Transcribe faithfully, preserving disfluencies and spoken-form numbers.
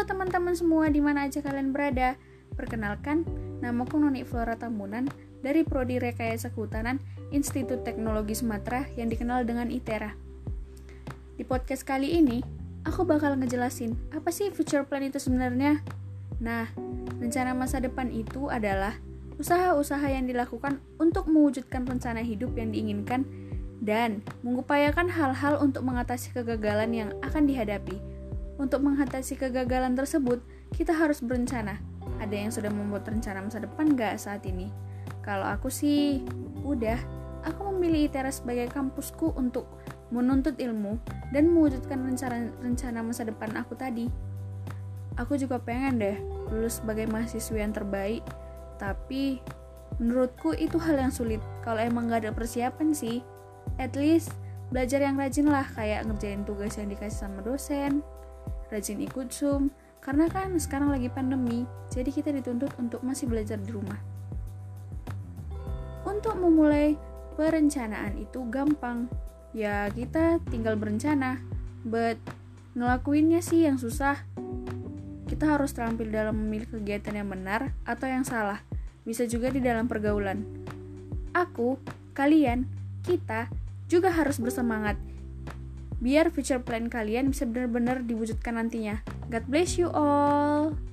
teman-teman semua di mana aja kalian berada. Perkenalkan, namaku Noni Flora Tambunan dari Prodi Rekayasa Kehutanan Institut Teknologi Sumatera yang dikenal dengan ITERA. Di podcast kali ini, aku bakal ngejelasin apa sih future plan itu sebenarnya. Nah, rencana masa depan itu adalah usaha-usaha yang dilakukan untuk mewujudkan rencana hidup yang diinginkan dan mengupayakan hal-hal untuk mengatasi kegagalan yang akan dihadapi. Untuk mengatasi kegagalan tersebut, kita harus berencana. Ada yang sudah membuat rencana masa depan gak saat ini? Kalau aku sih, udah. Aku memilih ITERA sebagai kampusku untuk menuntut ilmu dan mewujudkan rencana-rencana masa depan aku tadi. Aku juga pengen deh lulus sebagai mahasiswa yang terbaik, tapi menurutku itu hal yang sulit kalau emang gak ada persiapan sih. At least, belajar yang rajin lah, kayak ngerjain tugas yang dikasih sama dosen, rajin ikut Zoom, karena kan sekarang lagi pandemi, jadi kita dituntut untuk masih belajar di rumah. Untuk memulai perencanaan itu gampang, ya kita tinggal berencana, but ngelakuinnya sih yang susah. Kita harus terampil dalam memilih kegiatan yang benar atau yang salah, bisa juga di dalam pergaulan. Aku, kalian, kita juga harus bersemangat biar future plan kalian bisa benar-benar diwujudkan nantinya. God bless you all.